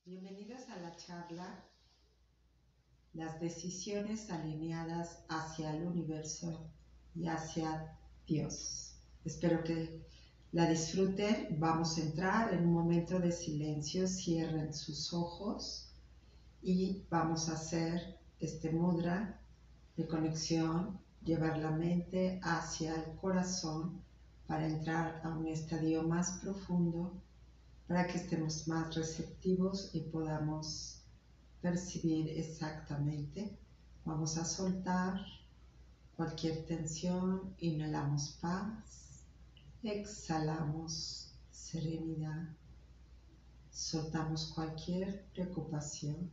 Bienvenidos a la charla Las decisiones alineadas hacia el universo y hacia Dios. Espero que la disfruten. Vamos a entrar en un momento de silencio. Cierren sus ojos y vamos a hacer este mudra de conexión, llevar la mente hacia el corazón para entrar a un estadio más profundo, para que estemos más receptivos y podamos percibir exactamente. Vamos a soltar cualquier tensión, inhalamos paz, exhalamos serenidad, soltamos cualquier preocupación.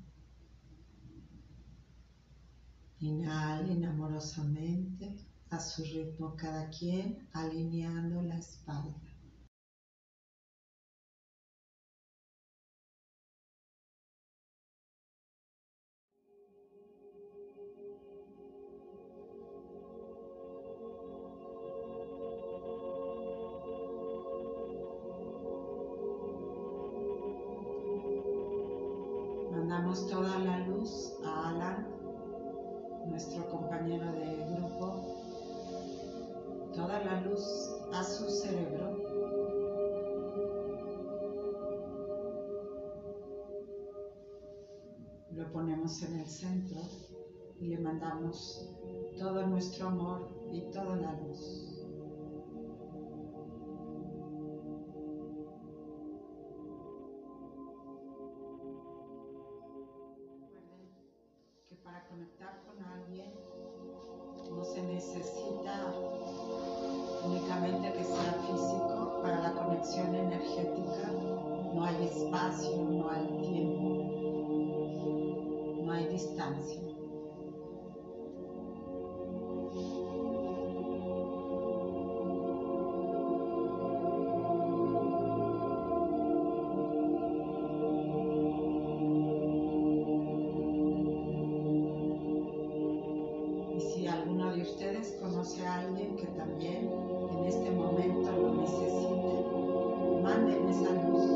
Inhalen amorosamente, a su ritmo cada quien, alineando la espalda. Mandamos toda la luz a Alan, nuestro compañero de grupo, toda la luz a su cerebro. Lo ponemos en el centro y le mandamos todo nuestro amor y toda la luz. Que para conectar con alguien no se necesita únicamente que sea físico. Para la conexión energética no hay espacio, no hay tiempo, no hay distancia. Conoce a alguien que también en este momento lo necesite, manden esa luz.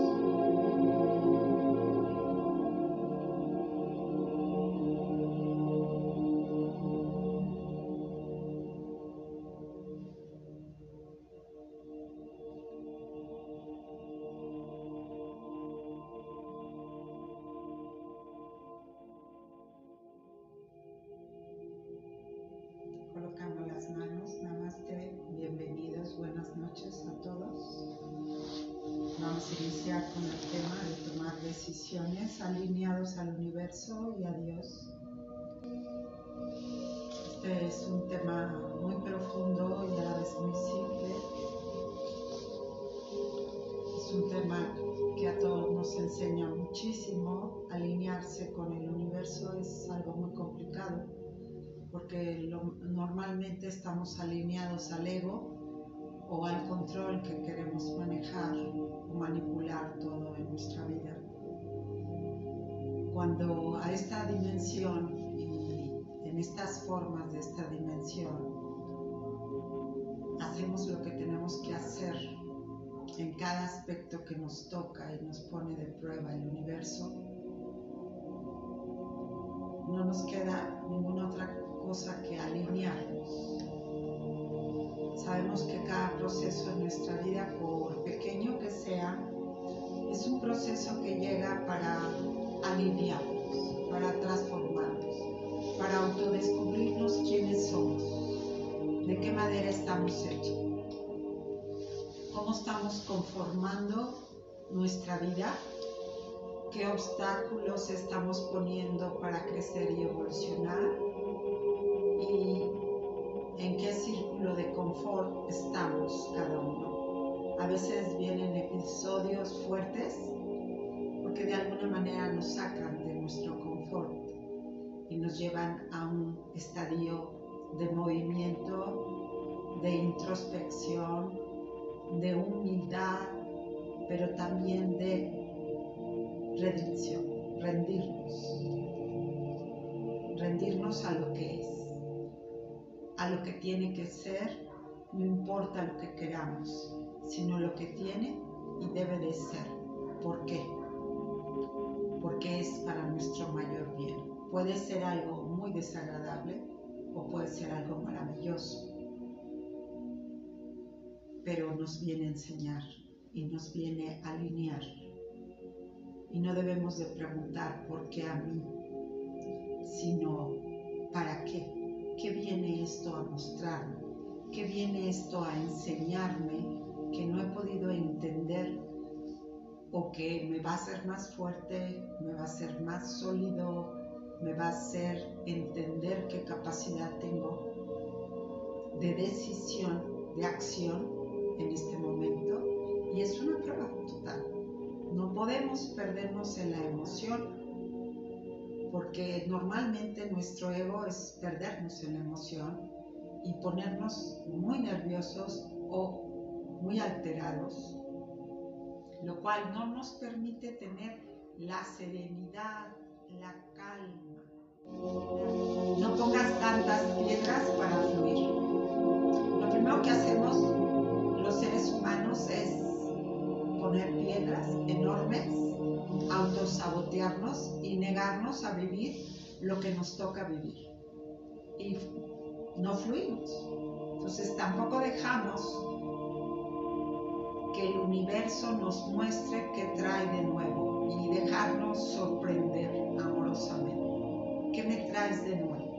Colocando las manos, namaste, bienvenidos, buenas noches a todos. Vamos a iniciar con el tema de tomar decisiones alineados al universo y a Dios. Este es un tema muy profundo y a la vez muy simple. Es un tema que a todos nos enseña muchísimo. Alinearse con el universo es algo muy complicado, porque normalmente estamos alineados al ego o al control que queremos manejar o manipular todo en nuestra vida. Cuando a esta dimensión y en estas formas de esta dimensión hacemos lo que tenemos que hacer en cada aspecto que nos toca y nos pone de prueba el universo, no nos queda ninguna otra cosa que alinearnos. Sabemos que cada proceso en nuestra vida, por pequeño que sea, es un proceso que llega para alinearnos, para transformarnos, para autodescubrirnos quiénes somos, de qué manera estamos hechos, cómo estamos conformando nuestra vida, qué obstáculos estamos poniendo para crecer y evolucionar y en qué círculo de confort estamos cada uno. A veces vienen episodios fuertes porque de alguna manera nos sacan de nuestro confort y nos llevan a un estadio de movimiento, de introspección, de humildad, pero también de rendición, rendirnos a lo que es, a lo que tiene que ser. No importa lo que queramos, sino lo que tiene y debe de ser. ¿Por qué? porque es para nuestro mayor bien. Puede ser algo muy desagradable o puede ser algo maravilloso, pero nos viene a enseñar y nos viene a alinear. Y no debemos de preguntar por qué a mí, sino para qué. ¿Qué viene esto a mostrarme? ¿Qué viene esto a enseñarme que no he podido entender o que me va a hacer más fuerte, me va a hacer más sólido, me va a hacer entender qué capacidad tengo de decisión, de acción en este momento? Y es una prueba total. No podemos perdernos en la emoción, porque normalmente nuestro ego es perdernos en la emoción y ponernos muy nerviosos o muy alterados, lo cual no nos permite tener la serenidad, la calma. No pongas tantas piedras para fluir. Lo primero que hacemos los seres humanos es poner piedras enormes, autosabotearnos y negarnos a vivir lo que nos toca vivir. Y no fluimos. Entonces tampoco dejamos que el universo nos muestre qué trae de nuevo y dejarnos sorprender amorosamente. ¿Qué me traes de nuevo?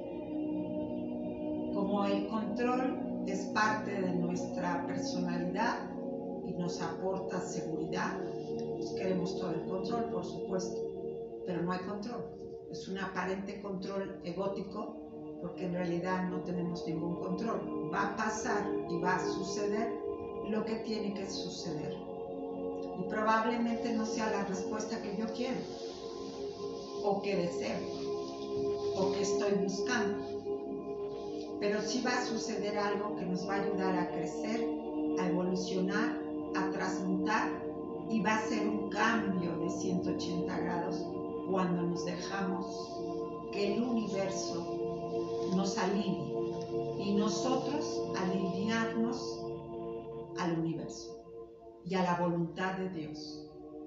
Como el control es parte de nuestra personalidad y nos aporta seguridad, pues queremos todo el control, por supuesto, pero no hay control. Es un aparente control egótico, porque en realidad no tenemos ningún control. Va a pasar y va a suceder lo que tiene que suceder. Y probablemente no sea la respuesta que yo quiero, o que deseo, o que estoy buscando. Pero sí va a suceder algo que nos va a ayudar a crecer, a evolucionar, a transmutar, y va a ser un cambio de 180 grados cuando nos dejamos que el universo nos alinee y nosotros alinearnos al universo y a la voluntad de Dios,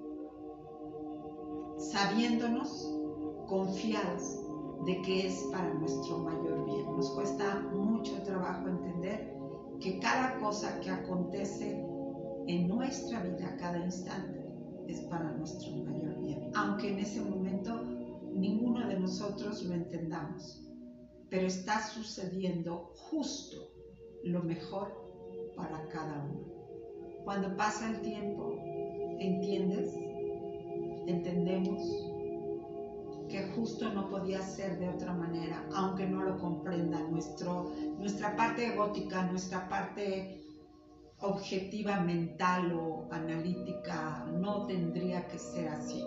sabiéndonos confiados de que es para nuestro mayor bien. Nos cuesta mucho trabajo entender que cada cosa que acontece en nuestra vida, cada instante, es para nuestro mayor bien, aunque en ese momento ninguno de nosotros lo entendamos, pero está sucediendo justo lo mejor para cada uno. Cuando pasa el tiempo, entendemos que justo no podía ser de otra manera, aunque no lo comprenda nuestra parte egótica, nuestra parte objetiva, mental o analítica, no tendría que ser así,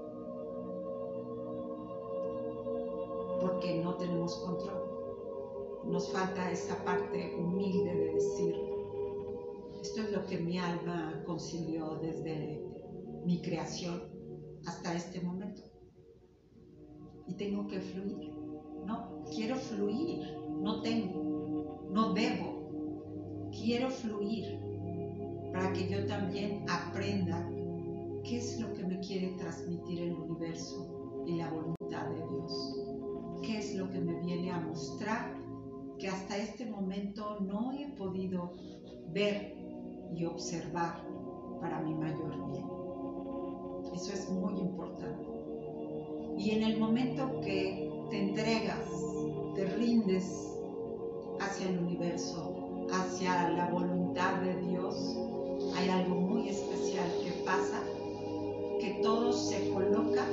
porque no tenemos control. Nos falta esa parte humilde de decir, esto es lo que mi alma concilió desde mi creación hasta este momento, y tengo que fluir. No, quiero fluir, no tengo, no debo, quiero fluir para que yo también aprenda qué es lo que me quiere transmitir el universo y la voluntad de Dios, qué es lo que me viene a mostrar que hasta este momento no he podido ver y observar para mi mayor bien. Eso es muy importante. Y en el momento que te entregas, te rindes hacia el universo, hacia la voluntad de Dios, hay algo muy especial que pasa, que todo se coloca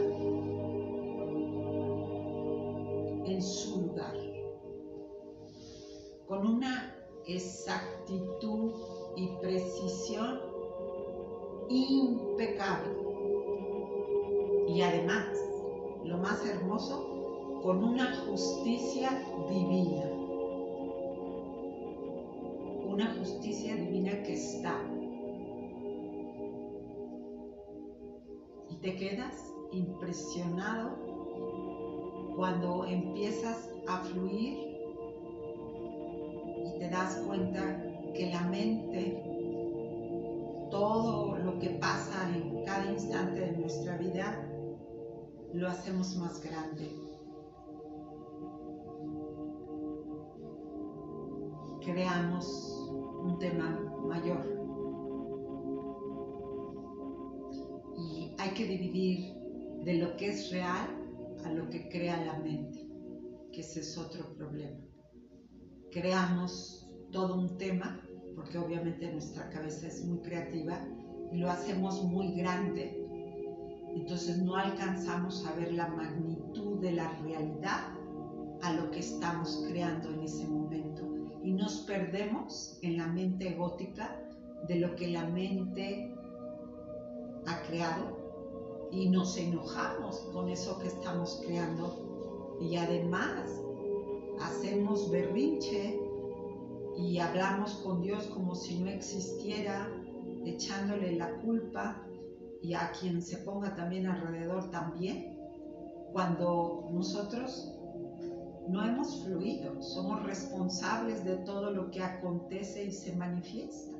en su lugar, con una exactitud y precisión impecable. Y además, lo más hermoso, con una justicia divina. Una justicia divina que está. Y te quedas impresionado cuando empiezas a fluir y te das cuenta que la mente, todo lo que pasa en cada instante de nuestra vida, lo hacemos más grande. Creamos un tema mayor. Y hay que dividir de lo que es real a lo que crea la mente, que ese es otro problema. Creamos todo un tema, porque obviamente nuestra cabeza es muy creativa, y lo hacemos muy grande. Entonces no alcanzamos a ver la magnitud de la realidad a lo que estamos creando en ese momento. Y nos perdemos en la mente egótica de lo que la mente ha creado y nos enojamos con eso que estamos creando. Y además hacemos berrinche y hablamos con Dios como si no existiera, echándole la culpa, y a quien se ponga también alrededor también, cuando nosotros no hemos fluido, somos responsables de todo lo que acontece y se manifiesta.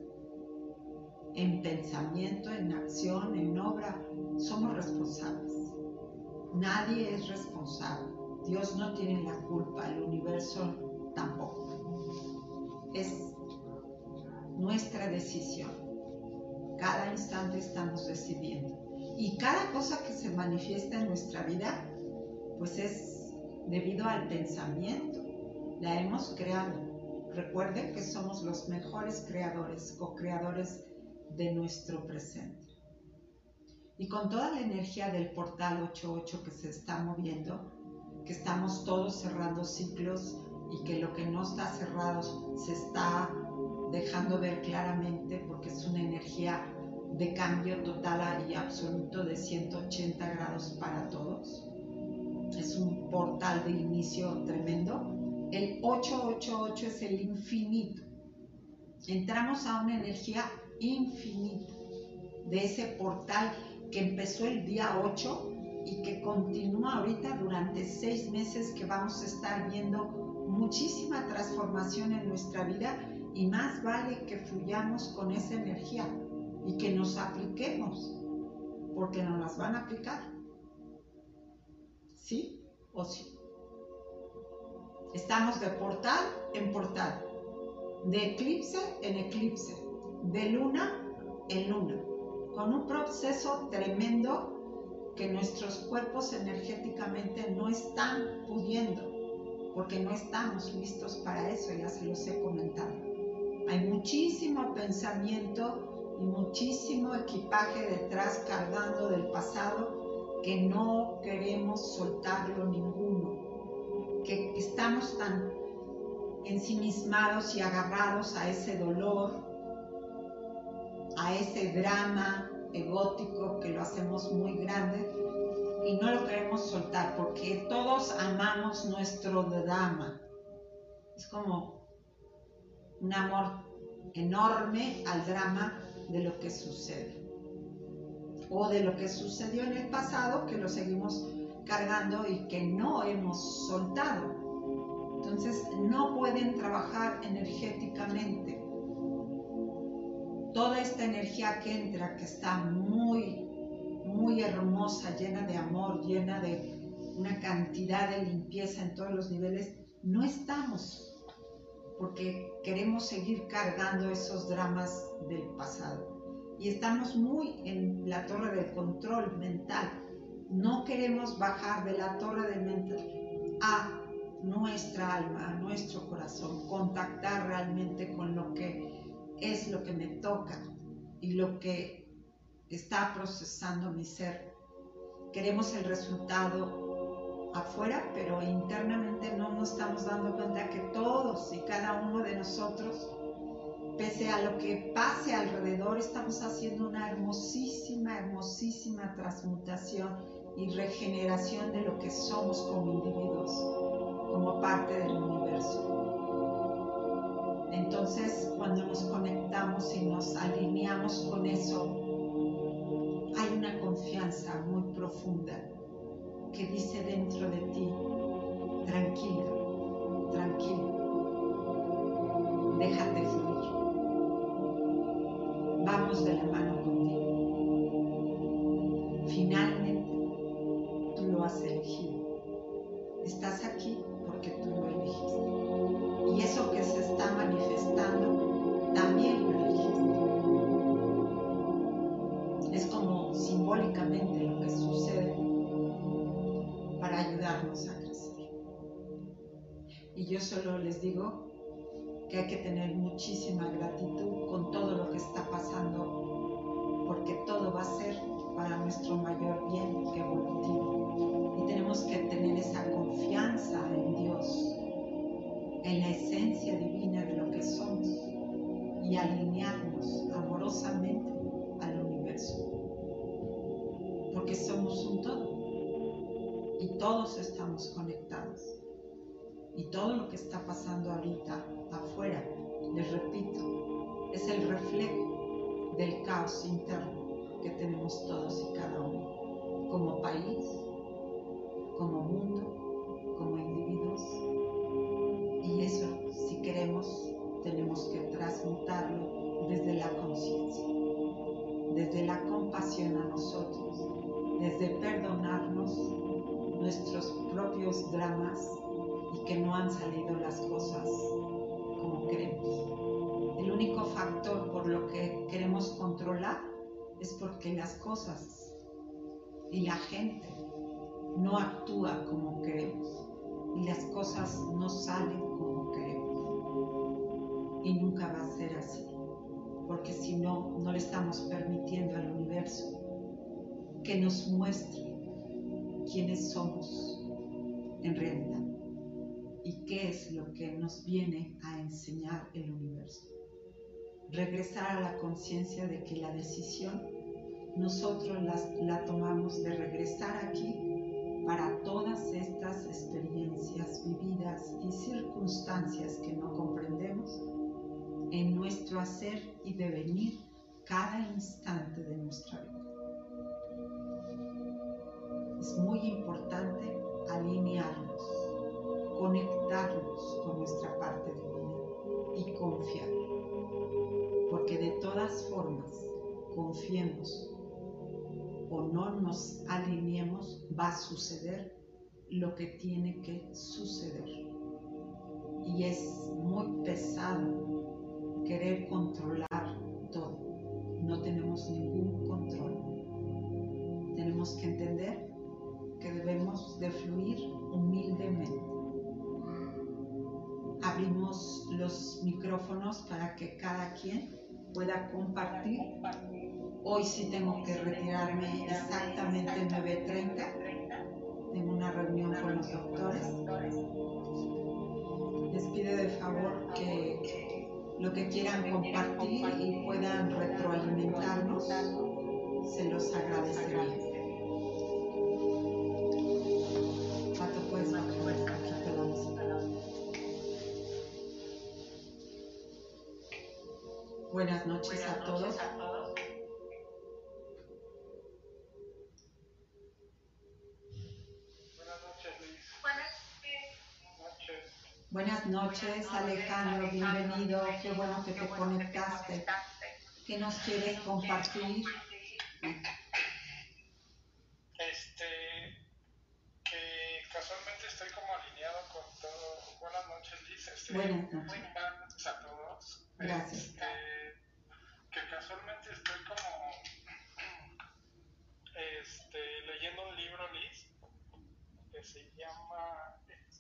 En pensamiento, en acción, en obra, somos responsables. Nadie es responsable. Dios no tiene la culpa, el universo tampoco. Es nuestra decisión. Cada instante estamos decidiendo. Y cada cosa que se manifiesta en nuestra vida, pues es debido al pensamiento. La hemos creado. Recuerden que somos los mejores creadores, co-creadores de nuestro presente. Y con toda la energía del portal 88 que se está moviendo, que estamos todos cerrando ciclos y que lo que no está cerrado se está dejando ver claramente, porque es una energía de cambio total y absoluto de 180 grados para todos. Es un portal de inicio tremendo. El 888 es el infinito. Entramos a una energía infinita de ese portal que empezó el día 8 y que continúa ahorita durante 6 meses, que vamos a estar viendo muchísima transformación en nuestra vida, y más vale que fluyamos con esa energía y que nos apliquemos, porque nos las van a aplicar. ¿Sí o sí? Estamos de portal en portal, de eclipse en eclipse, de luna en luna, con un proceso tremendo que nuestros cuerpos energéticamente no están pudiendo, porque no estamos listos para eso, ya se los he comentado. Hay muchísimo pensamiento y muchísimo equipaje detrás cargando del pasado que no queremos soltarlo ninguno, que estamos tan ensimismados y agarrados a ese dolor, a ese drama egótico que lo hacemos muy grande y no lo queremos soltar, porque todos amamos nuestro drama. Es como un amor enorme al drama de lo que sucede o de lo que sucedió en el pasado, que lo seguimos cargando y que no hemos soltado. Entonces no pueden trabajar energéticamente. Toda esta energía que entra, que está muy, muy hermosa, llena de amor, llena de una cantidad de limpieza en todos los niveles, no estamos, porque queremos seguir cargando esos dramas del pasado. Y estamos muy en la torre del control mental. No queremos bajar de la torre del mental a nuestra alma, a nuestro corazón, contactar realmente con lo que es lo que me toca y lo que está procesando mi ser. Queremos el resultado afuera, pero internamente no nos estamos dando cuenta que todos y cada uno de nosotros, pese a lo que pase alrededor, estamos haciendo una hermosísima, hermosísima transmutación y regeneración de lo que somos como individuos, como parte del universo. Entonces, cuando nos conectamos y nos alineamos con eso, hay una confianza muy profunda que dice dentro de ti: tranquila, tranquilo, déjate fluir, vamos de la mano contigo. Finalmente, tú lo has elegido. Estás aquí porque tú lo elegiste. Y eso que se está manifestando también lo elegiste. Es como simbólicamente lo que sucede para ayudarnos a crecer. Y yo solo les digo que hay que tener muchísima gratitud con todo lo que está pasando, porque todo va a ser para nuestro mayor bien evolutivo. Y tenemos que tener esa confianza en Dios, en la esencia divina de lo que somos, y alinearnos amorosamente al universo, porque somos un todo y todos estamos conectados. Y todo lo que está pasando ahorita afuera, les repito, es el reflejo del caos interno que tenemos todos y cada uno, como país, como mundo, como individuos. Y eso, si queremos, tenemos que transmutarlo desde la conciencia, desde la compasión a nosotros, desde perdonarnos nuestros propios dramas y que no han salido las cosas como queremos. El único factor por lo que queremos controlar es porque las cosas y la gente no actúa como queremos y las cosas no salen como queremos. Y nunca va a ser así, porque si no, no le estamos permitiendo al universo que nos muestre quiénes somos en realidad. ¿Y qué es lo que nos viene a enseñar el universo? Regresar a la conciencia de que la decisión nosotros la tomamos de regresar aquí para todas estas experiencias vividas y circunstancias que no comprendemos en nuestro hacer y devenir cada instante de nuestra vida. Es muy importante alinearnos, conectarnos con nuestra parte divina y confiar, porque de todas formas, confiemos o no nos alineemos, va a suceder lo que tiene que suceder. Y es muy pesado querer controlar todo. No tenemos ningún control. Tenemos que entender que debemos de fluir humildemente. Abrimos los micrófonos para que cada quien pueda compartir. Hoy sí tengo que retirarme exactamente 9:30. Tengo una reunión con los doctores. Les pido de favor que lo que quieran compartir y puedan retroalimentarnos, se los agradecería. Pato, puedes bajar un poquito la música. Buenas noches a todos. Buenas noches, Alejandro, bienvenido, qué bueno que te conectaste. ¿Qué nos quieres compartir? Que casualmente estoy como alineado con todo. Buenas noches, Liz. Buenas noches. Buenas noches a todos. Gracias. Que casualmente estoy como leyendo un libro, Liz, que se llama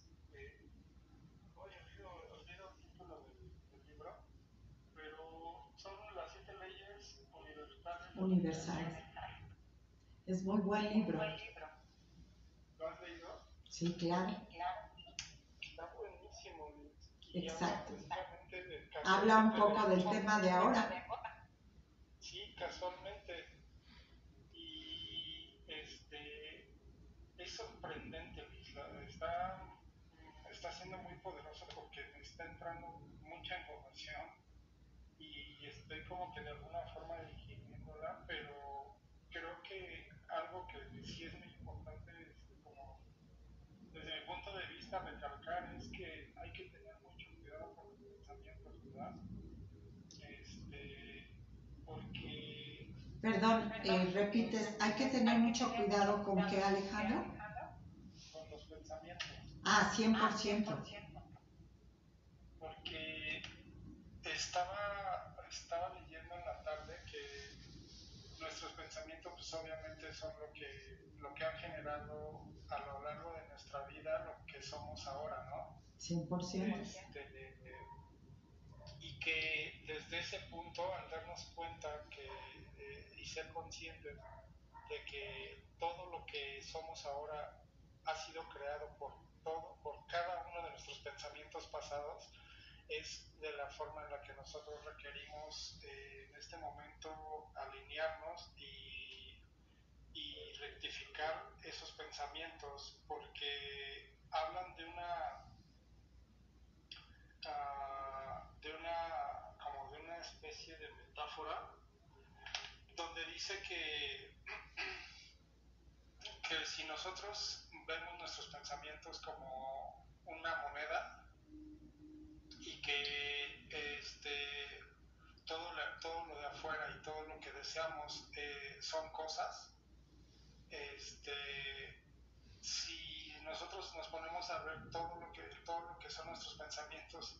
olvido el título del libro, pero son las 7 leyes universales. Es muy buen libro. ¿Lo has leído? Sí, claro. Está buenísimo, Liz. Exacto. Habla un poco del tema de ahora. Sí, casualmente. Y es sorprendente, Liz. Está siendo muy poderoso porque me está entrando mucha información y estoy como que de alguna forma digiriéndola, pero creo que algo que sí es muy importante, como desde mi punto de vista recalcar, es que hay que tener mucho cuidado con los pensamientos, ¿verdad? Porque... Perdón, repites, hay que tener mucho cuidado con qué, Alejandro. Ah, 100%. Porque estaba leyendo en la tarde que nuestros pensamientos pues obviamente son lo que han generado a lo largo de nuestra vida lo que somos ahora, ¿no? 100%. Y que desde ese punto, al darnos cuenta y ser conscientes de que todo lo que somos ahora ha sido creado por cada uno de nuestros pensamientos pasados, es de la forma en la que nosotros requerimos en este momento alinearnos y rectificar esos pensamientos, porque hablan como de una especie de metáfora donde dice que si nosotros vemos nuestros pensamientos como una moneda y que todo lo de afuera y todo lo que deseamos son cosas, si nosotros nos ponemos a ver todo lo que son nuestros pensamientos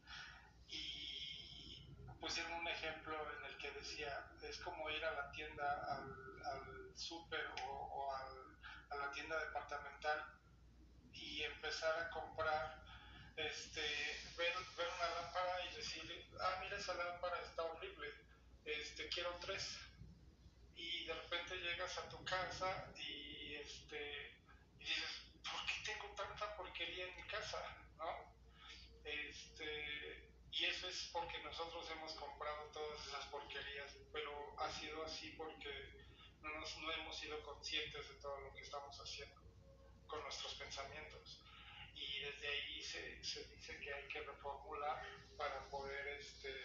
y pusieron un ejemplo en el que decía, es como ir a la tienda, al súper a la tienda departamental y empezar a comprar, ver una lámpara y decir, mira, esa lámpara está horrible, quiero 3. Y de repente llegas a tu casa y dices, ¿por qué tengo tanta porquería en mi casa? ¿No? Y eso es porque nosotros hemos comprado todas esas porquerías, pero ha sido así porque no hemos sido conscientes de todo lo que estamos haciendo con nuestros pensamientos. Y desde ahí se dice que hay que reformular para poder,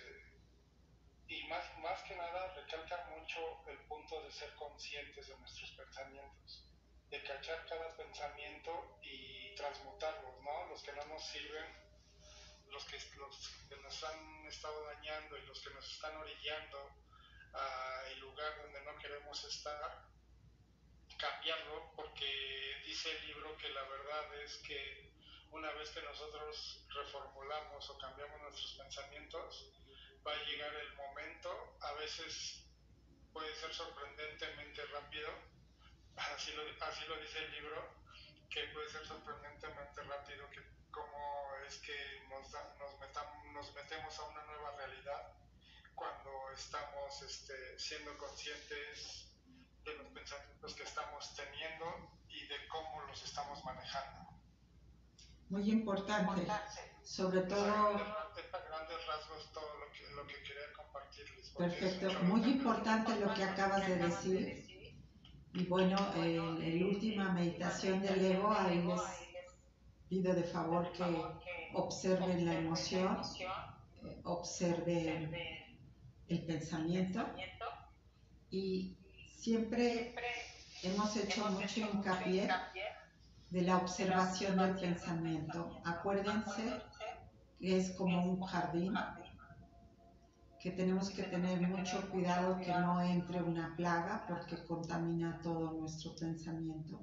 y más que nada recalca mucho el punto de ser conscientes de nuestros pensamientos, de cachar cada pensamiento y transmutarlos, ¿no? Los que no nos sirven, los que nos han estado dañando y los que nos están orillando al lugar donde no queremos estar, cambiarlo, porque dice el libro que la verdad es que una vez que nosotros reformulamos o cambiamos nuestros pensamientos, va a llegar el momento, a veces puede ser sorprendentemente rápido, así lo dice el libro, que puede ser sorprendentemente rápido, que cómo es que nos metemos a una nueva realidad cuando estamos siendo conscientes de los pensamientos que estamos teniendo y de cómo los estamos manejando. Muy importante, sobre todo... A grandes rasgos todo lo que quería compartirles. Perfecto, muy importante lo que acabas de decir. Y bueno, en la última meditación del ego, ahí les pido de favor que observen la emoción, observen el pensamiento, y siempre hemos hecho mucho hincapié de la observación del pensamiento. Acuérdense que es como un jardín, que tenemos que tener mucho cuidado que no entre una plaga porque contamina todo nuestro pensamiento.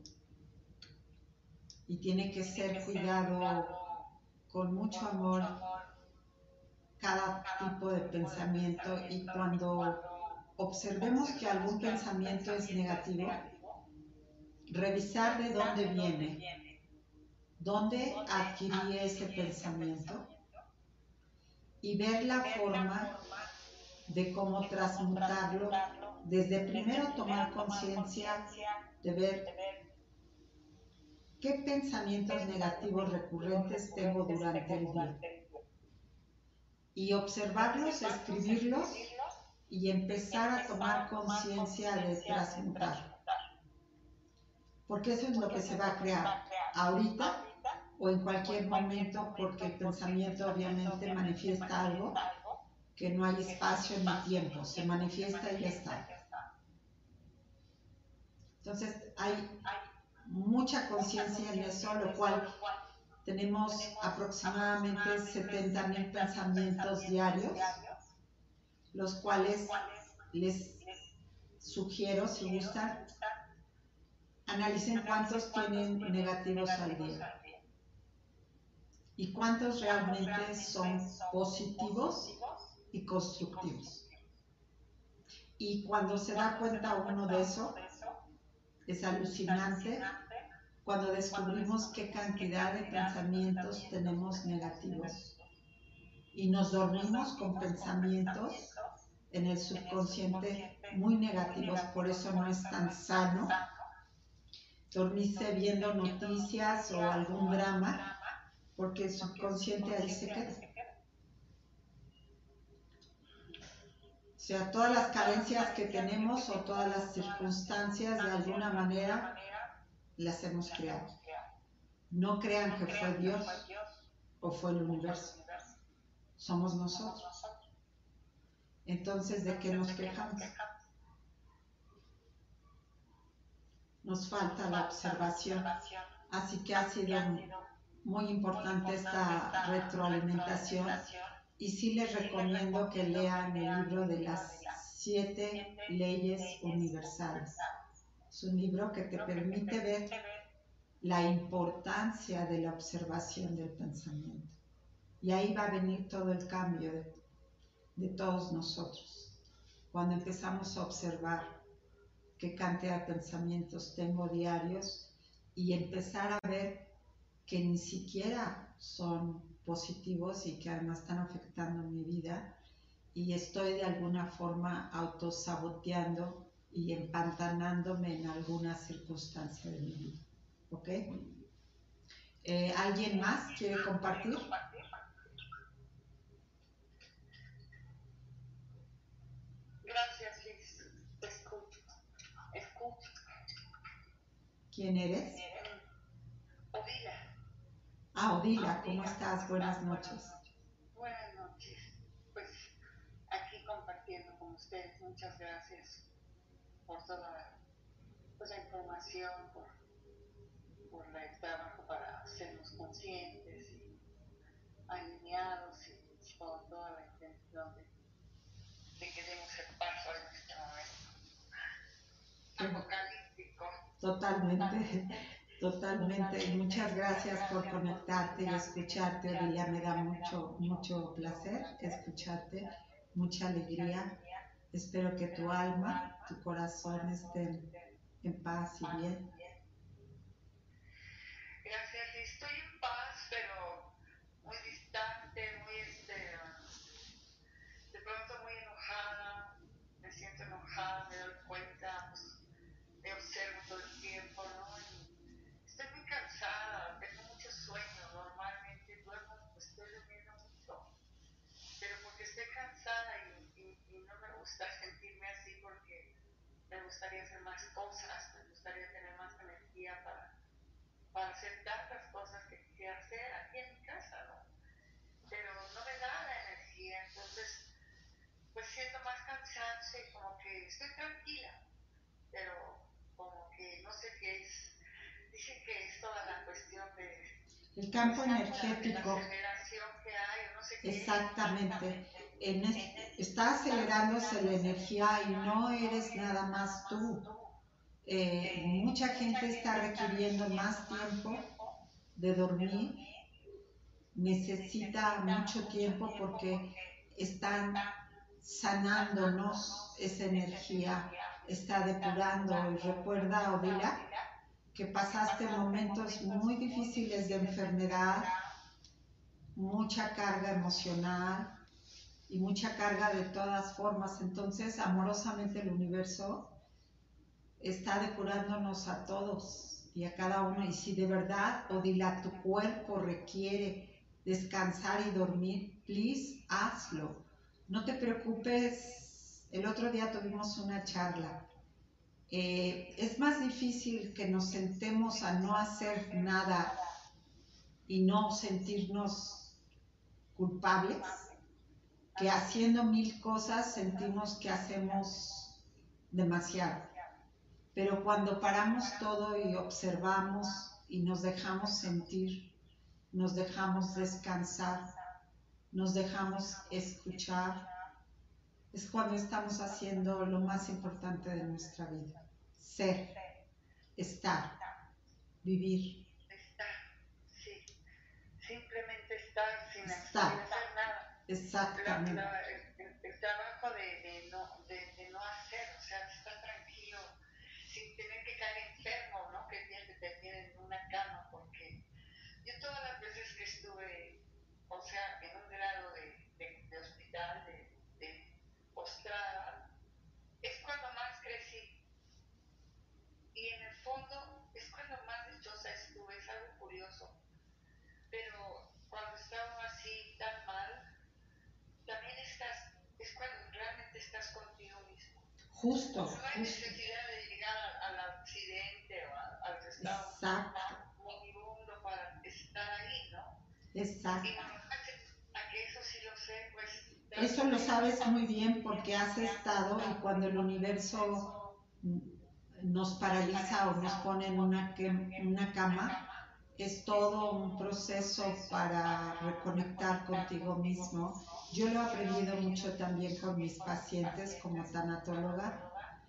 Y tiene que ser cuidado con mucho amor cada tipo de pensamiento, y cuando observemos que algún pensamiento es negativo, revisar de dónde viene, dónde adquirí ese pensamiento y ver la forma de cómo transmutarlo. Desde primero tomar conciencia de ver qué pensamientos negativos recurrentes tengo durante el día y observarlos, escribirlos y empezar a tomar conciencia de transmutar, porque eso es lo que se va a crear ahorita o en cualquier momento, porque el pensamiento obviamente manifiesta algo que no hay espacio ni tiempo, se manifiesta y ya está. Entonces hay mucha conciencia en eso, lo cual tenemos aproximadamente 70,000 pensamientos diarios, los cuales les sugiero, si gustan, analicen cuántos tienen negativos al día. y cuántos realmente son positivos y constructivos. Y cuando se da cuenta uno de eso, es alucinante cuando descubrimos qué cantidad de pensamientos tenemos negativos y nos dormimos con pensamientos en el subconsciente muy negativos. Por eso no es tan sano dormirse viendo noticias o algún drama, porque el subconsciente ahí se queda. O sea, todas las carencias que tenemos o todas las circunstancias de alguna manera las hemos creado. No crean que fue Dios o fue el universo. Somos nosotros. Entonces, ¿de qué nos quejamos? Nos falta la observación. Así que ha sido muy importante esta retroalimentación. Y sí les recomiendo que lean el libro de las 7 leyes universales. Es un libro que te permite ver la importancia de la observación del pensamiento. Y ahí va a venir todo el cambio de todos nosotros. Cuando empezamos a observar qué cantidad de pensamientos tengo diarios y empezar a ver que ni siquiera son positivos y que además están afectando mi vida y estoy de alguna forma autosaboteando y empantanándome en alguna circunstancia de mi vida. ¿Ok? ¿Alguien más quiere compartir? Gracias, Liz. Te escucho. ¿Quién eres? Odila. Odila, ¿cómo estás? Buenas noches. Buenas noches. Pues aquí compartiendo con ustedes. Muchas gracias por toda la información, por el trabajo para hacernos conscientes y alineados y con toda la intención de que demos el paso en este momento apocalíptico. Totalmente. Muchas gracias por conectarte y escucharte, Odila. Me da mucho placer escucharte, mucha alegría. Espero que tu alma, tu corazón estén en paz y bien. Gracias, estoy en paz, pero muy distante, de pronto muy enojada, me siento enojada, me doy cuenta, pues, me observo todo el tiempo, ¿no? Y estoy muy cansada, tengo mucho sueño, normalmente duermo, pues estoy durmiendo mucho, pero porque estoy cansada y no me gusta sentirme así porque me gustaría hacer más cosas, me gustaría tener más energía para hacer tantas cosas que quisiera hacer aquí en mi casa, ¿no? Pero no me da la energía, entonces pues siento más cansancio y como que estoy tranquila, pero como que no sé qué es. Dicen que es toda la cuestión el campo energético. La aceleración que hay, no sé qué. Exactamente. Está acelerándose la energía y no eres nada más tú. Mucha gente está requiriendo más tiempo de dormir, necesita mucho tiempo porque están sanándonos esa energía, está depurando. Y recuerda, Odila, que pasaste momentos muy difíciles de enfermedad, mucha carga emocional y mucha carga de todas formas. Entonces, amorosamente el universo está depurándonos a todos y a cada uno. Y si de verdad, Odila, tu cuerpo requiere descansar y dormir, please, hazlo. No te preocupes. El otro día tuvimos una charla. Es más difícil que nos sentemos a no hacer nada y no sentirnos culpables, que haciendo 1000 cosas sentimos que hacemos demasiado. Pero cuando paramos todo y observamos y nos dejamos sentir, nos dejamos descansar, nos dejamos escuchar, es cuando estamos haciendo lo más importante de nuestra vida: ser, estar, vivir. Estar, sí, simplemente estar sin hacer nada. Exactamente. El trabajo de no hacer, o sea, de estar tranquilo, sin tener que caer enfermo, ¿no? Que tienes que tener en una cama, porque yo todas las veces que estuve, o sea, en un grado de hospital, de postrada, es cuando más crecí. Y en el fondo es cuando más dichosa estuve, es algo curioso. Pero cuando estaba así tan mal, también es cuando realmente estás contigo mismo. Justo. No hay necesidad de llegar al accidente o al estado moribundo para estar ahí, ¿no? Exacto. Y a que eso sí lo sé, pues... Eso lo sabes muy bien porque has estado, y cuando el universo nos paraliza o nos pone en una cama, es todo un proceso para reconectar contigo mismo. Yo lo he aprendido mucho también con mis pacientes como tanatóloga.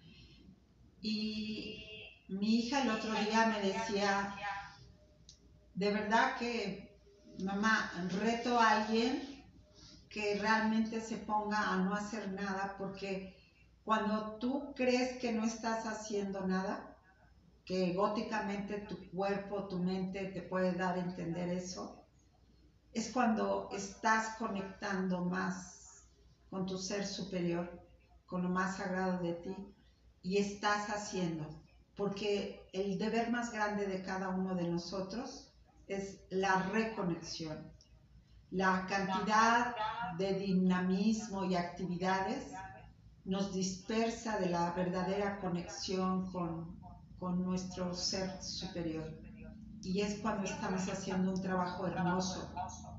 Y mi hija el otro día me decía, de verdad que, mamá, reto a alguien que realmente se ponga a no hacer nada, porque cuando tú crees que no estás haciendo nada, que egóticamente tu cuerpo, tu mente te puede dar a entender eso, es cuando estás conectando más con tu ser superior, con lo más sagrado de ti, y estás haciendo, porque el deber más grande de cada uno de nosotros es la reconexión. La cantidad de dinamismo y actividades nos dispersa de la verdadera conexión con nuestro ser superior. Y es cuando estamos haciendo un trabajo hermoso.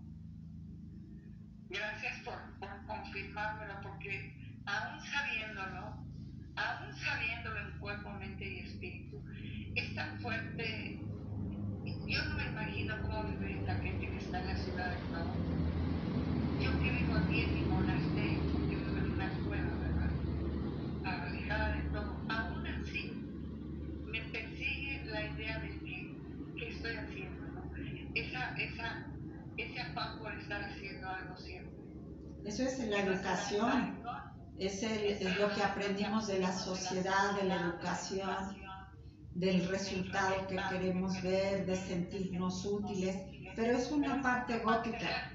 Gracias por confirmármelo, porque aún sabiéndolo en cuerpo, mente y espíritu, es tan fuerte. Yo no me imagino cómo vive esta gente que está en la ciudad, ¿no? Yo que vivo aquí en mi monasterio, yo vivo en una cueva, ¿verdad? Alejada de todo. Aún así, me persigue la idea de qué estoy haciendo, ¿no? Ese afán por estar haciendo algo siempre. Eso es la educación, es lo que aprendimos de la sociedad, de la educación, del resultado que queremos ver, de sentirnos útiles, pero es una parte gótica.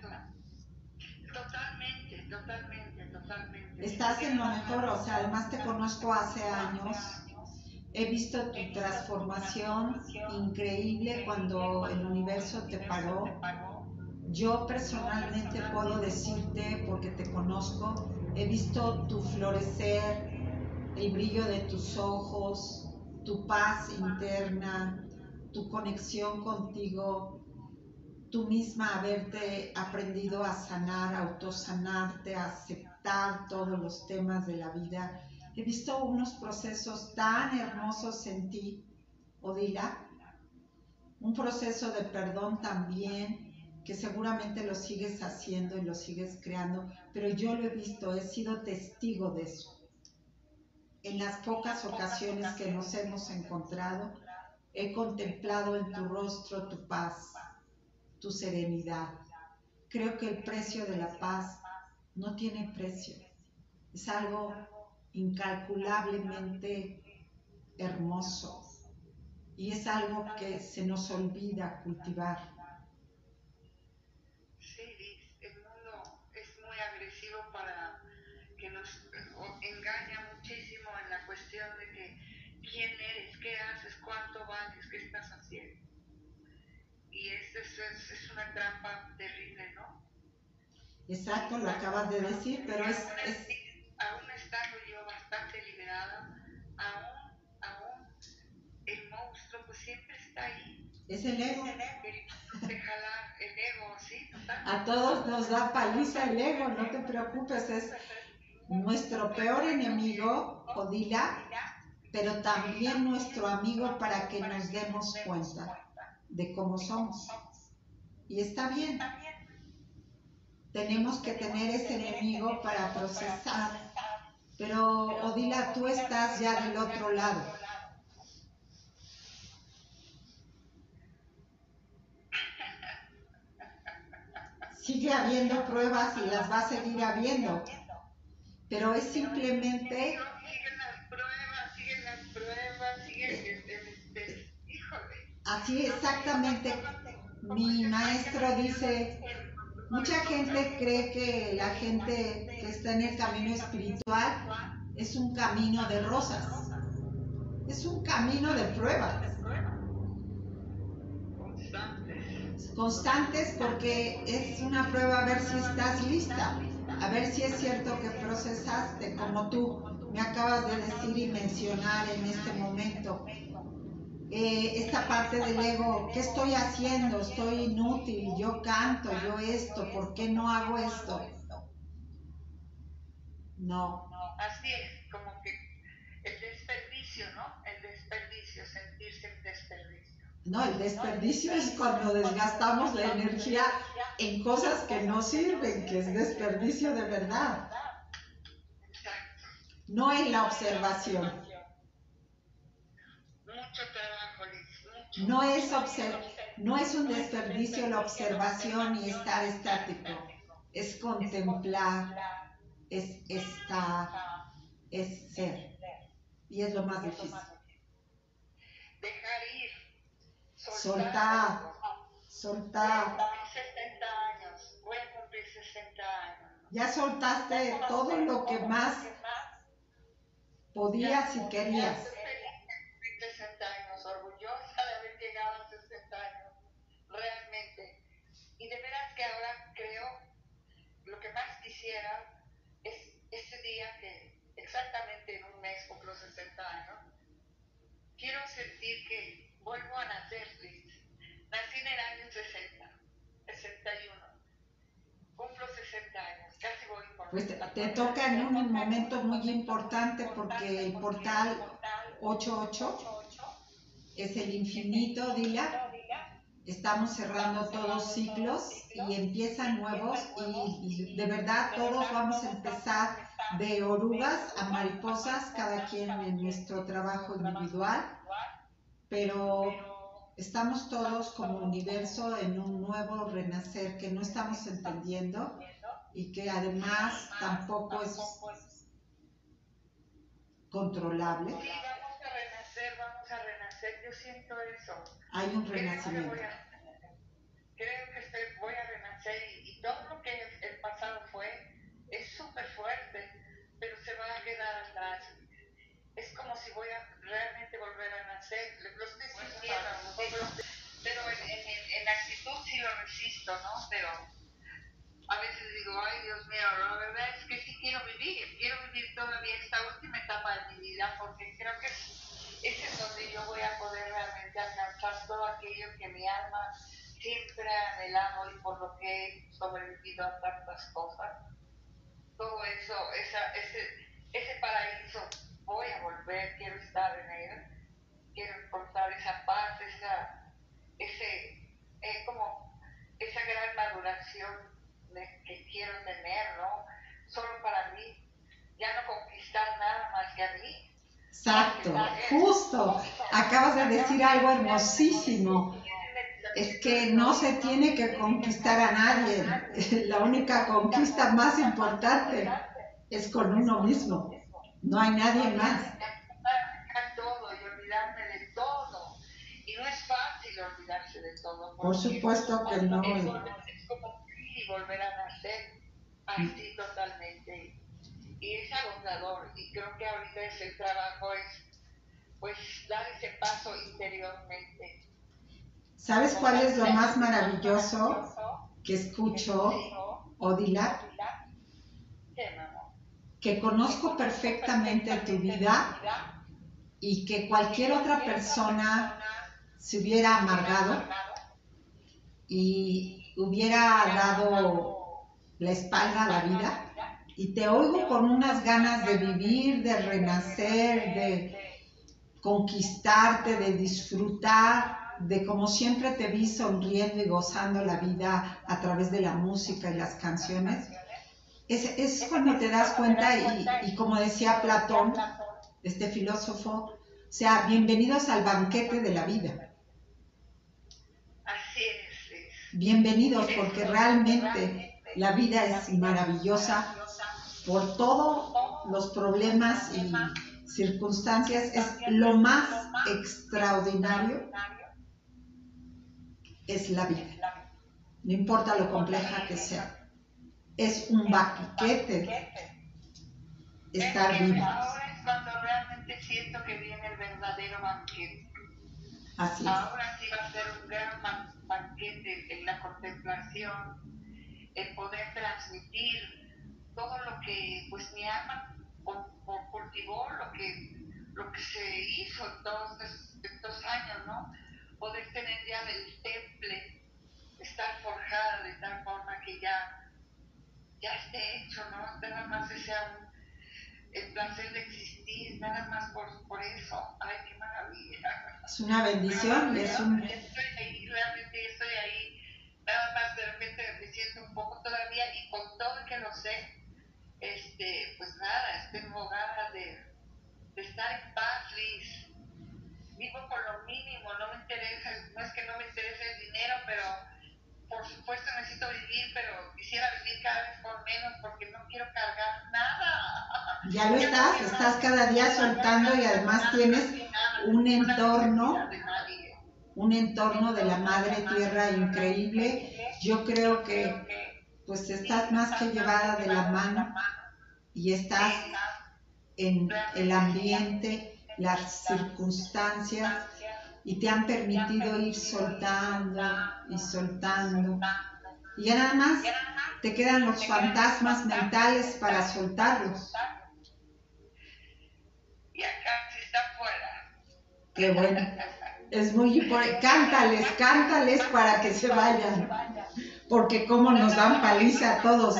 Totalmente. Estás en lo mejor, o sea, además te conozco hace años, he visto tu transformación increíble cuando el universo te paró. Yo personalmente puedo decirte, porque te conozco, he visto tu florecer, el brillo de tus ojos, tu paz interna, tu conexión contigo, tú misma haberte aprendido a sanar, a autosanarte, a aceptar todos los temas de la vida. He visto unos procesos tan hermosos en ti, Odila, un proceso de perdón también, que seguramente lo sigues haciendo y lo sigues creando, pero yo lo he visto, he sido testigo de eso. En las pocas ocasiones que nos hemos encontrado, he contemplado en tu rostro tu paz, tu serenidad. Creo que el precio de la paz no tiene precio. Es algo incalculablemente hermoso y es algo que se nos olvida cultivar. Sí, Liz, el mundo es muy agresivo para que nos engaña muchísimo en la cuestión de que quién eres, qué haces, cuánto vales, qué estás haciendo. Y esto es una trampa terrible, ¿no? Exacto, lo acabas de decir, pero aún estando yo bastante liberada, aún el monstruo pues siempre está ahí. Es el ego. De jalar el ego, ¿sí? Totalmente. A todos nos da paliza el ego, no te preocupes, es nuestro peor enemigo, Odila, pero también nuestro amigo para que nos demos cuenta de cómo somos. Y está bien. Tenemos que tener ese enemigo para procesar. Pero, Odila, tú estás ya del otro lado. sigue habiendo pruebas y las va a seguir habiendo, pero es simplemente... Siguen las pruebas, híjole. Así exactamente, mi maestro dice, mucha gente cree que la gente que está en el camino espiritual es un camino de rosas, es un camino de pruebas. Constantes porque es una prueba a ver si estás lista, a ver si es cierto que procesaste, como tú me acabas de decir y mencionar en este momento. Esta parte del ego, ¿qué estoy haciendo? Estoy inútil, yo canto, yo esto, ¿por qué no hago esto? No. Así es, como que el desperdicio, ¿no? El desperdicio, sentirse el desperdicio. No, el desperdicio es cuando desgastamos la energía en cosas que no sirven, que es desperdicio de verdad. No en la observación. Mucho trabajo, Liz. No es un desperdicio la observación y estar estático. Es contemplar, es estar, es ser. Y es lo más difícil. Dejar ir. Soltar. 60 años, voy a cumplir 60 años. Ya soltaste todo lo que más podías y querías. Estoy feliz de cumplir 60 años, orgullosa de haber llegado a 60 años, realmente. Y de veras que ahora creo, lo que más quisiera es ese día que exactamente en un mes cumplo 60 años, quiero sentir que vuelvo a nacer, Liz. Nací en el año 61. Cumplo 60 años, casi voy por... Pues te toca en un momento muy importante porque el portal 88 es el infinito, Dila. Estamos cerrando todos ciclos y empiezan nuevos y de verdad todos vamos a empezar de orugas a mariposas, cada quien en nuestro trabajo individual, pero estamos todos como universo en un nuevo renacer que no estamos entendiendo y que además tampoco es controlable. Sí, vamos a renacer, yo siento eso. Hay un renacimiento. Creo que voy a renacer y todo lo que el pasado es súper fuerte, pero se va a quedar atrás. Es como si voy a realmente volver a nacer. Lo estoy sintiendo, pero en actitud sí lo resisto, ¿no? Pero a veces digo, ay Dios mío, la verdad es que sí quiero vivir todavía esta última etapa de mi vida, porque creo que es en donde yo voy a poder realmente alcanzar todo aquello que mi alma siempre ha anhelado y por lo que he sobrevivido a tantas cosas. Todo eso, ese paraíso, voy a volver, quiero estar en él, quiero encontrar esa paz, como esa gran maduración que quiero tener, ¿no? Solo para mí, ya no conquistar nada más que a mí. Exacto, justo, acabas de decir algo hermosísimo. Es que no se tiene que conquistar a nadie. La única conquista más importante es con uno mismo. No hay nadie más. Dejar todo y olvidarme de todo. Y no es fácil olvidarse de todo. Por supuesto que no. Es como volver a nacer así totalmente. Y es agotador. Y creo que ahorita ese trabajo es, pues, dar ese paso interiormente. ¿Sabes cuál es lo más maravilloso que escucho, Odila? Que conozco perfectamente tu vida y que cualquier otra persona se hubiera amargado y hubiera dado la espalda a la vida. Y te oigo con unas ganas de vivir, de renacer, de conquistarte, de disfrutar, de como siempre te vi sonriendo y gozando la vida a través de la música y las canciones. Es cuando te das cuenta y como decía Platón, este filósofo, o sea, bienvenidos al banquete de la vida. Así es. bienvenidos, porque realmente la vida es maravillosa por todos los problemas y circunstancias. Es lo más extraordinario, es la vida, no importa lo compleja que sea. Es un banquete estar vivos. Ahora es cuando realmente siento que viene el verdadero banquete. Así es. Ahora sí va a ser un gran banquete en la contemplación, el poder transmitir todo lo que pues mi alma cultivó, lo que se hizo todos estos años, ¿no? Poder tener ya del temple, estar forjada de tal forma que ya esté hecho, ¿no? Nada más sea el placer de existir, nada más por eso. Ay, qué maravilla. Es una bendición y es un... Estoy ahí, realmente estoy ahí. Nada más de repente me siento un poco todavía, y con todo que lo sé, pues nada, tengo ganas de estar en paz, Liz. Vivo con lo mínimo, no me interesa, no es que no me interese el dinero, pero por supuesto necesito vivir, pero quisiera vivir cada vez con menos porque no quiero cargar nada. Ya lo estás cada día soltando, y además tienes un entorno de la Madre Tierra increíble. Yo creo que pues estás más que llevada de la mano y estás en el ambiente, las circunstancias, y te han permitido ir soltando y soltando. Y ya nada más te quedan los fantasmas mentales para soltarlos. Y acá sí está fuera. Qué bueno. Es muy importante. Cántales para que se vayan. Porque como nos dan paliza a todos.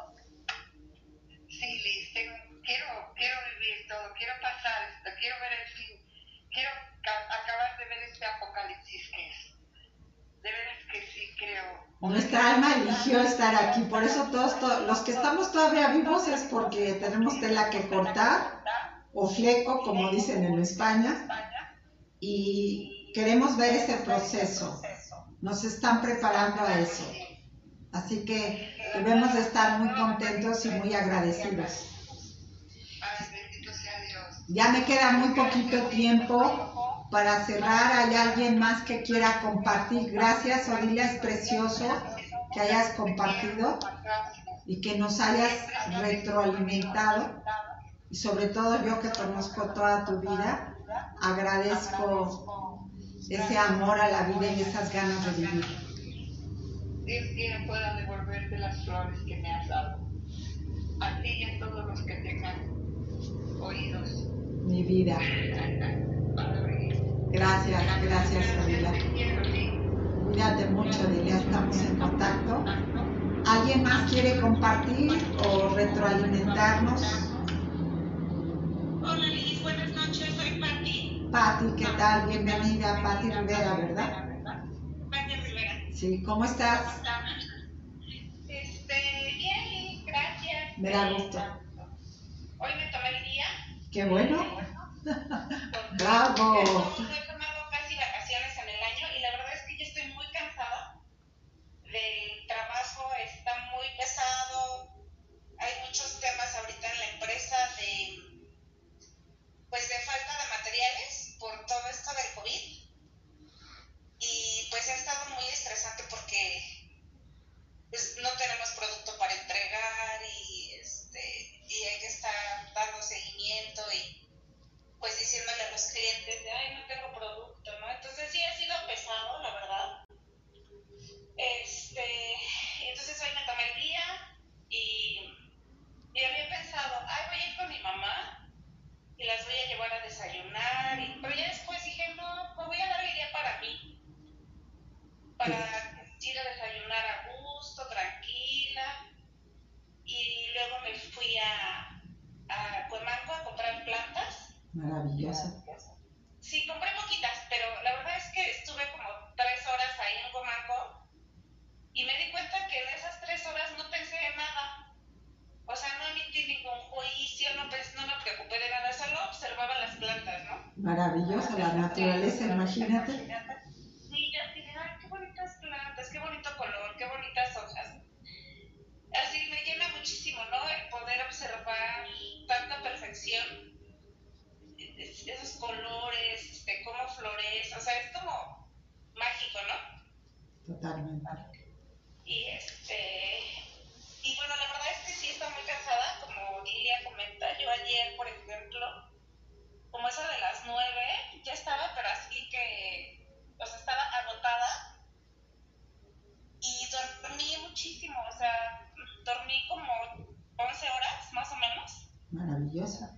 Sí, Liz, quiero vivir todo, quiero pasar esto, quiero ver el fin, quiero acabar de ver este apocalipsis que es. De veras que sí creo. Nuestra alma eligió estar aquí, por eso todos los que estamos todavía vivos es porque tenemos tela que cortar, o fleco, como dicen en España, y queremos ver ese proceso. Nos están preparando a eso. Así que debemos de estar muy contentos y muy agradecidos. Ay, bendito sea Dios. Ya me queda muy poquito tiempo para cerrar. ¿Hay alguien más que quiera compartir? Gracias, Odilia, es precioso que hayas compartido y que nos hayas retroalimentado. Y sobre todo yo, que conozco toda tu vida, agradezco ese amor a la vida y esas ganas de vivir. Dios quiera pueda devolverte las flores que me has dado, a ti y a todos los que tengan oídos. Mi vida. Gracias, Odilia. Cuídate mucho, Odilia, estamos en contacto. ¿Alguien más quiere compartir o retroalimentarnos? Hola Liz, buenas noches, soy Patti. Patti, ¿qué tal? Bienvenida, Patti Rivera, ¿verdad? Patti Rivera. Sí, ¿cómo estás? Bien, Liz, gracias. Me da gusto. Hoy me tomé el día. Qué bueno. ¡Bravo! He tomado casi vacaciones en el año y la verdad es que ya estoy muy cansada del trabajo, está muy pesado. Hay muchos temas ahorita en la empresa de falta de materiales por todo esto del COVID, y pues ha estado muy estresante porque pues no tenemos producto para entregar y hay que estar dando seguimiento y pues diciéndole a los clientes de ay, no tengo producto, ¿no? Entonces sí ha sido pesado, la verdad. Entonces hoy me tomé el día y había pensado, ay, voy a ir con mi mamá y las voy a llevar a desayunar, pero ya después dije, no, me voy a dar el día para mí, para ir a desayunar a gusto, tranquila, y luego me fui a Cuemanco a comprar plantas. Maravilloso. Sí, compré poquitas, pero la verdad es que estuve como 3 horas ahí en Cuemanco y me di cuenta que en esas 3 horas no pensé en nada. O sea, no emití ningún juicio, no me preocupé de nada, solo observaba las plantas, ¿no? Maravilloso, la naturaleza, imagínate. Sí, yo dije, ay, qué bonitas plantas, qué bonito color. esos colores, cómo florece, o sea, es como mágico, ¿no? Totalmente. Y bueno, la verdad es que sí está muy cansada, como Lilia comenta. Yo ayer, por ejemplo, como eso de las 9, ya estaba, pero así que, o sea, estaba agotada y dormí muchísimo, o sea, dormí como 11 horas, más o menos. Maravillosa.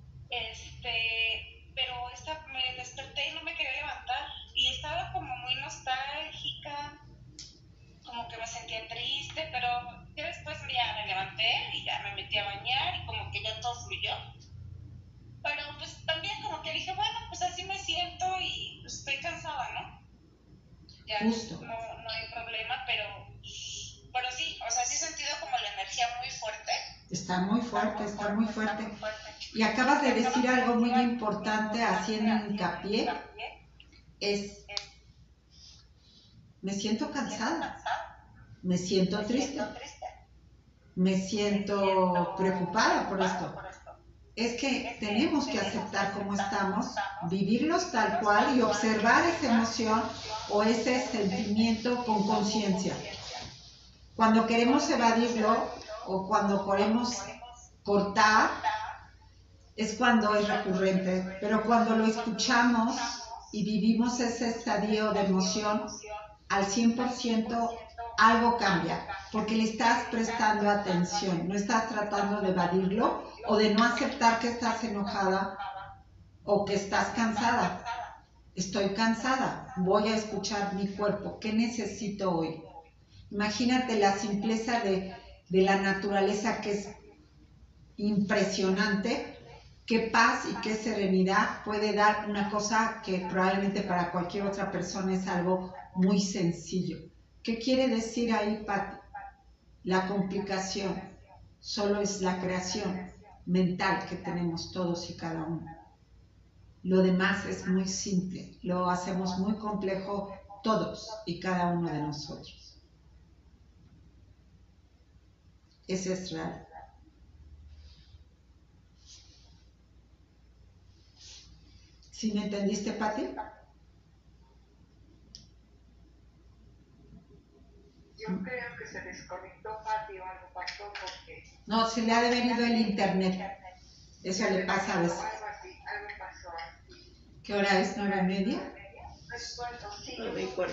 Pero me desperté y no me quería levantar y estaba como muy nostálgica, como que me sentía triste, pero ya después ya me levanté y ya me metí a bañar y como que ya todo fluyó. Pero pues también como que dije, bueno, pues así me siento y pues, estoy cansada, ¿no? Ya Justo. no hay problema, pero sí, o sea, sí he sentido como la energía muy fuerte. Está muy fuerte, está muy fuerte. Y acabas de decir algo muy importante, haciendo hincapié, es, me siento cansada, me siento triste, me siento preocupada por esto. Es que tenemos que aceptar cómo estamos, vivirlos tal cual y observar esa emoción o ese sentimiento con conciencia. Cuando queremos evadirlo o cuando queremos cortar, es cuando es recurrente, pero cuando lo escuchamos y vivimos ese estadio de emoción al 100%, algo cambia, porque le estás prestando atención, no estás tratando de evadirlo o de no aceptar que estás enojada o que estás cansada. Estoy cansada, voy a escuchar mi cuerpo, ¿qué necesito hoy? Imagínate la simpleza de la naturaleza, que es impresionante. Qué paz y qué serenidad puede dar una cosa que probablemente para cualquier otra persona es algo muy sencillo. ¿Qué quiere decir ahí, Pati? La complicación solo es la creación mental que tenemos todos y cada uno. Lo demás es muy simple, lo hacemos muy complejo todos y cada uno de nosotros. Ese es real. ¿Sí me entendiste, Pati? Yo creo que se desconectó Pati o algo pasó porque... No, se le ha devenido el internet. Eso le pasa a veces. Algo pasó así. ¿Qué hora es? ¿9:30? No me acuerdo.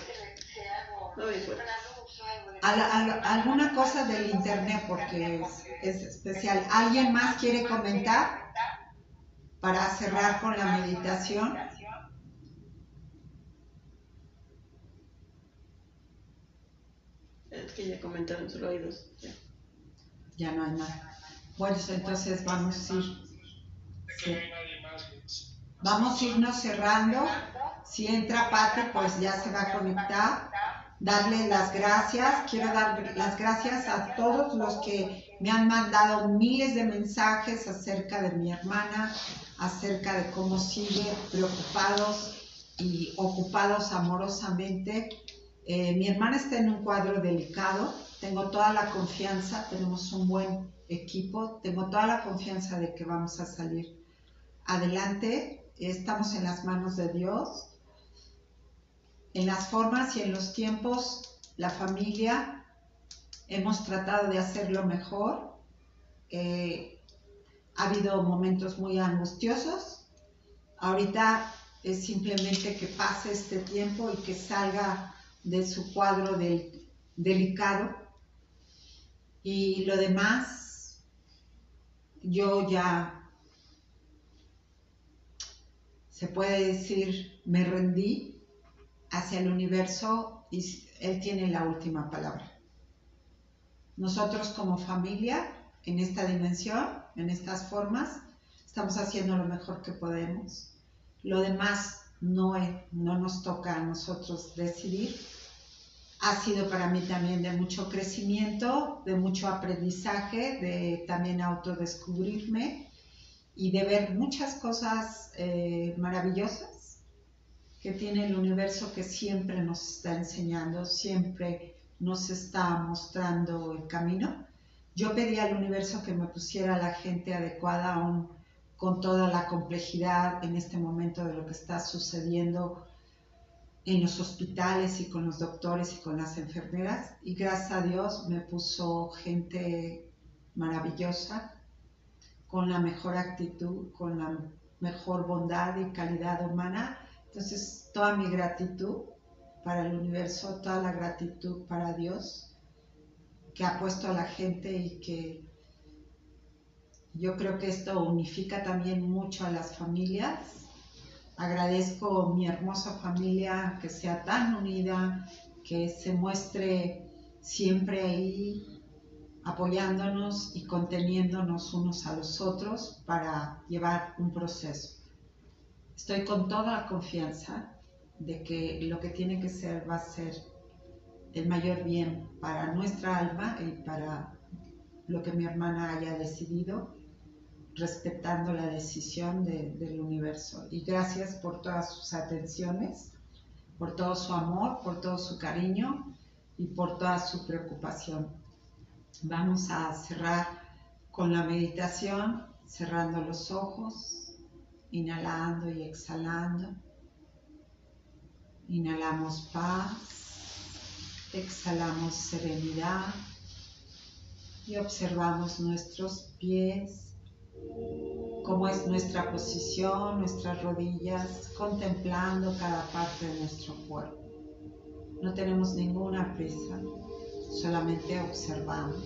Alguna cosa del internet, porque es especial. ¿Alguien más quiere comentar para cerrar con la meditación? Es que ya comentaron, solo hay dos. Ya no hay más. Bueno, entonces vamos a ir. Sí. Vamos a irnos cerrando. Si entra Pati, pues ya se va a conectar. Darle las gracias. Quiero dar las gracias a todos los que me han mandado miles de mensajes acerca de mi hermana, acerca de cómo sigue, preocupados y ocupados amorosamente. Mi hermana está en un cuadro delicado. Tengo toda la confianza, tenemos un buen equipo, tengo toda la confianza de que vamos a salir adelante. Estamos en las manos de Dios. En las formas y en los tiempos, la familia, hemos tratado de hacerlo mejor. Ha habido momentos muy angustiosos. Ahorita es simplemente que pase este tiempo y que salga de su cuadro delicado. Y lo demás, yo ya, se puede decir, me rendí hacia el universo y Él tiene la última palabra. Nosotros como familia, en esta dimensión, en estas formas, estamos haciendo lo mejor que podemos. Lo demás no nos toca a nosotros decidir. Ha sido para mí también de mucho crecimiento, de mucho aprendizaje, de también autodescubrirme y de ver muchas cosas maravillosas que tiene el universo, que siempre nos está enseñando, siempre nos está mostrando el camino. Yo pedí al universo que me pusiera la gente adecuada, con toda la complejidad en este momento de lo que está sucediendo en los hospitales y con los doctores y con las enfermeras. Y gracias a Dios me puso gente maravillosa, con la mejor actitud, con la mejor bondad y calidad humana. Entonces, toda mi gratitud para el universo, toda la gratitud para Dios, que ha puesto a la gente y que yo creo que esto unifica también mucho a las familias. Agradezco mi hermosa familia que sea tan unida, que se muestre siempre ahí apoyándonos y conteniéndonos unos a los otros para llevar un proceso. Estoy con toda la confianza de que lo que tiene que ser va a ser el mayor bien para nuestra alma y para lo que mi hermana haya decidido, respetando la decisión del universo. Y gracias por todas sus atenciones, por todo su amor, por todo su cariño y por toda su preocupación. Vamos a cerrar con la meditación, cerrando los ojos, inhalando y exhalando. Inhalamos paz, exhalamos serenidad y observamos nuestros pies, cómo es nuestra posición, nuestras rodillas, contemplando cada parte de nuestro cuerpo. No tenemos ninguna prisa, solamente observamos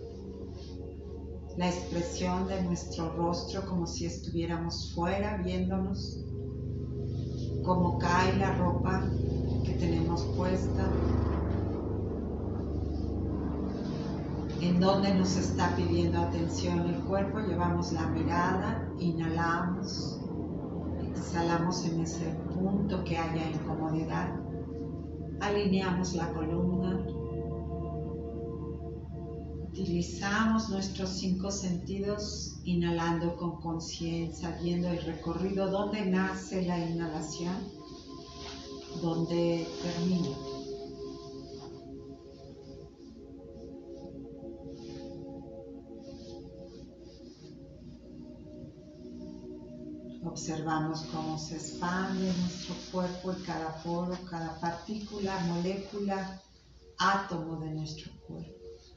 la expresión de nuestro rostro como si estuviéramos fuera viéndonos, cómo cae la ropa que tenemos puesta, en donde nos está pidiendo atención el cuerpo. Llevamos la mirada, inhalamos, exhalamos en ese punto que haya incomodidad, alineamos la columna, utilizamos nuestros 5 sentidos, inhalando con conciencia, viendo el recorrido donde nace la inhalación, donde termina. Observamos cómo se expande nuestro cuerpo y cada poro, cada partícula, molécula, átomo de nuestro cuerpo.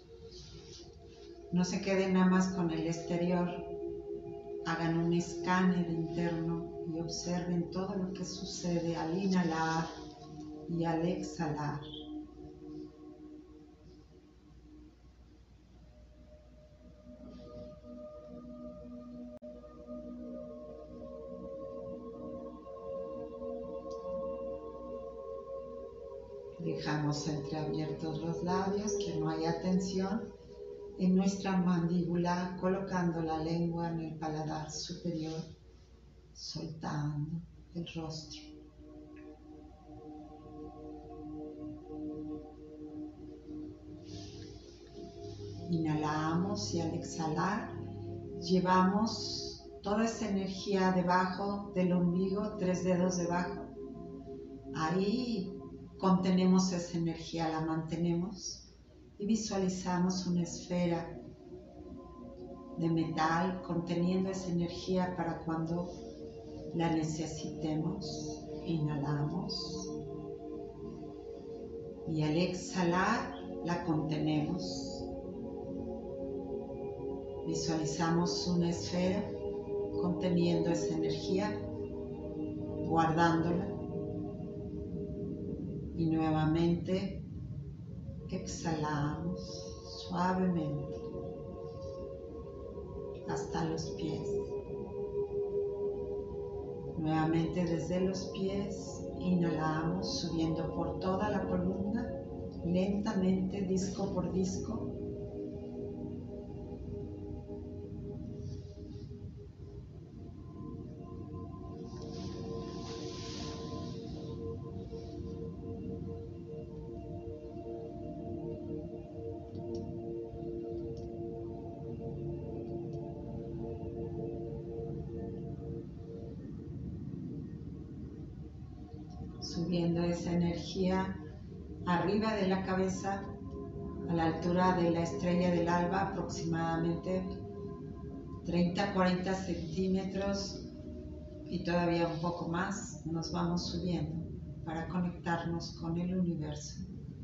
No se queden nada más con el exterior, hagan un escáner interno y observen todo lo que sucede al inhalar y al exhalar. Dejamos entreabiertos los labios, que no haya tensión en nuestra mandíbula, colocando la lengua en el paladar superior, soltando el rostro. Inhalamos y al exhalar llevamos toda esa energía debajo del ombligo, 3 dedos debajo. Ahí contenemos esa energía, la mantenemos y visualizamos una esfera de metal conteniendo esa energía para cuando la necesitemos. Inhalamos y al exhalar la contenemos. Visualizamos una esfera conteniendo esa energía, guardándola. Y nuevamente exhalamos suavemente hasta los pies. Nuevamente desde los pies inhalamos, subiendo por toda la columna, lentamente, disco por disco. Subiendo esa energía arriba de la cabeza, a la altura de la estrella del alba, aproximadamente 30, 40 centímetros y todavía un poco más nos vamos subiendo para conectarnos con el universo,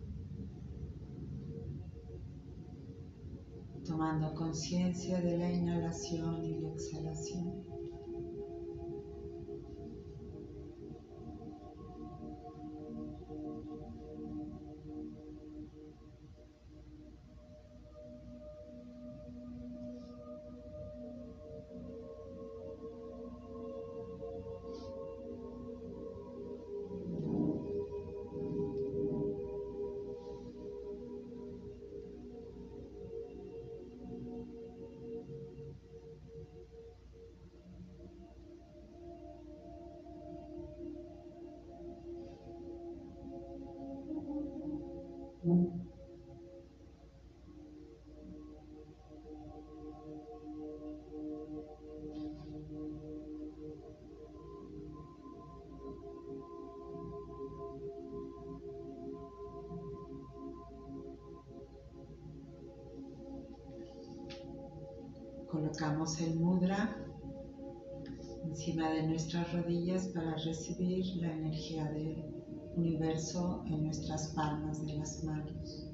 tomando conciencia de la inhalación y la exhalación. Colocamos el mudra encima de nuestras rodillas para recibir la energía del universo en nuestras palmas de las manos.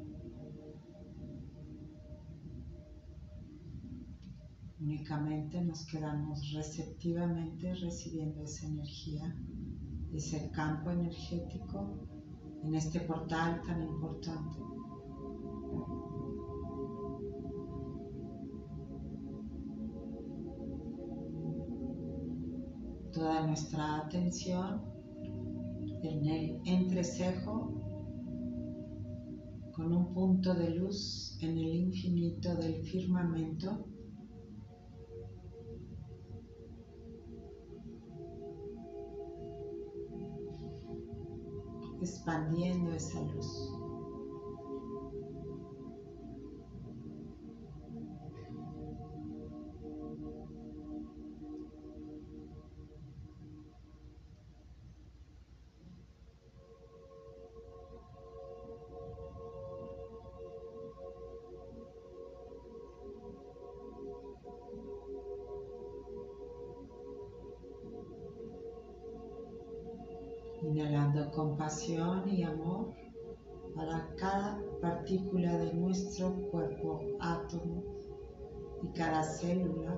Únicamente nos quedamos receptivamente recibiendo esa energía, ese campo energético en este portal tan importante. Toda nuestra atención en el entrecejo con un punto de luz en el infinito del firmamento, expandiendo esa luz. Inhalando compasión y amor para cada partícula de nuestro cuerpo, átomo y cada célula.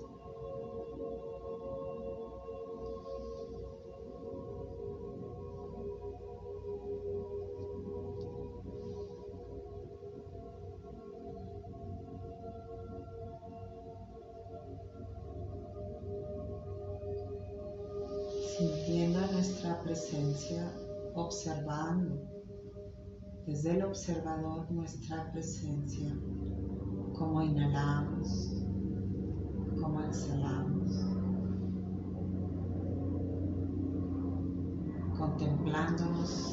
Sintiendo nuestra presencia, observando desde el observador nuestra presencia, como inhalamos, como exhalamos, contemplándonos.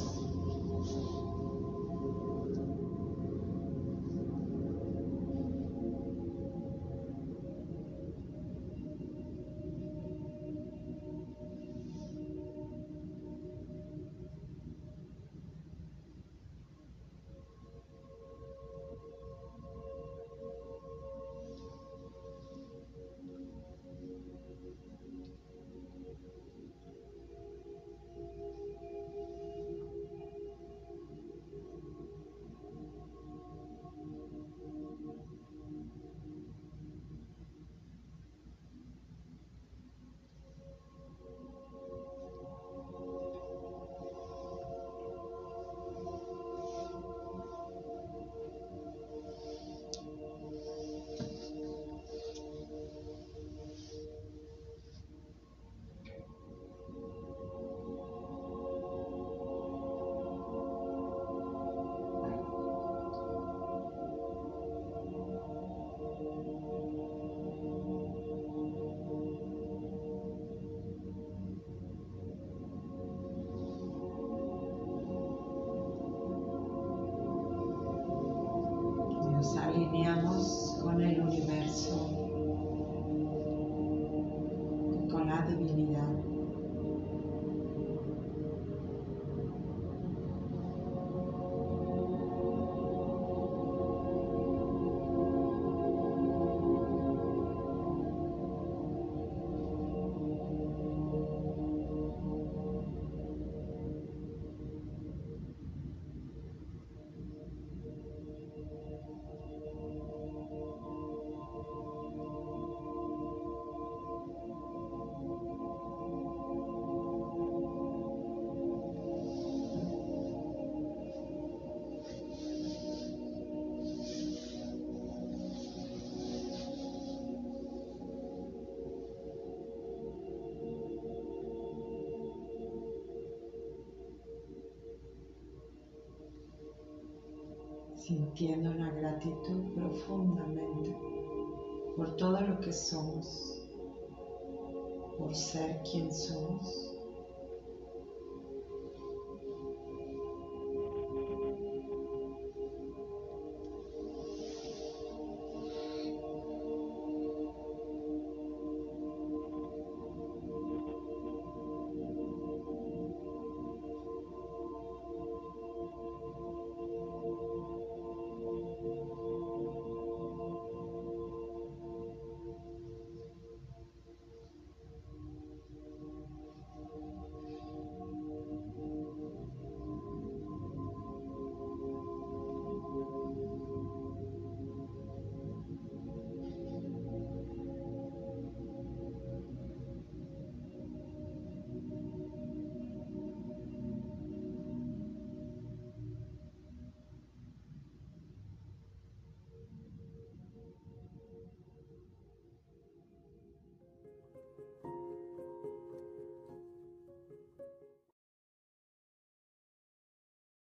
sintiendo una gratitud profundamente por todo lo que somos, por ser quien somos.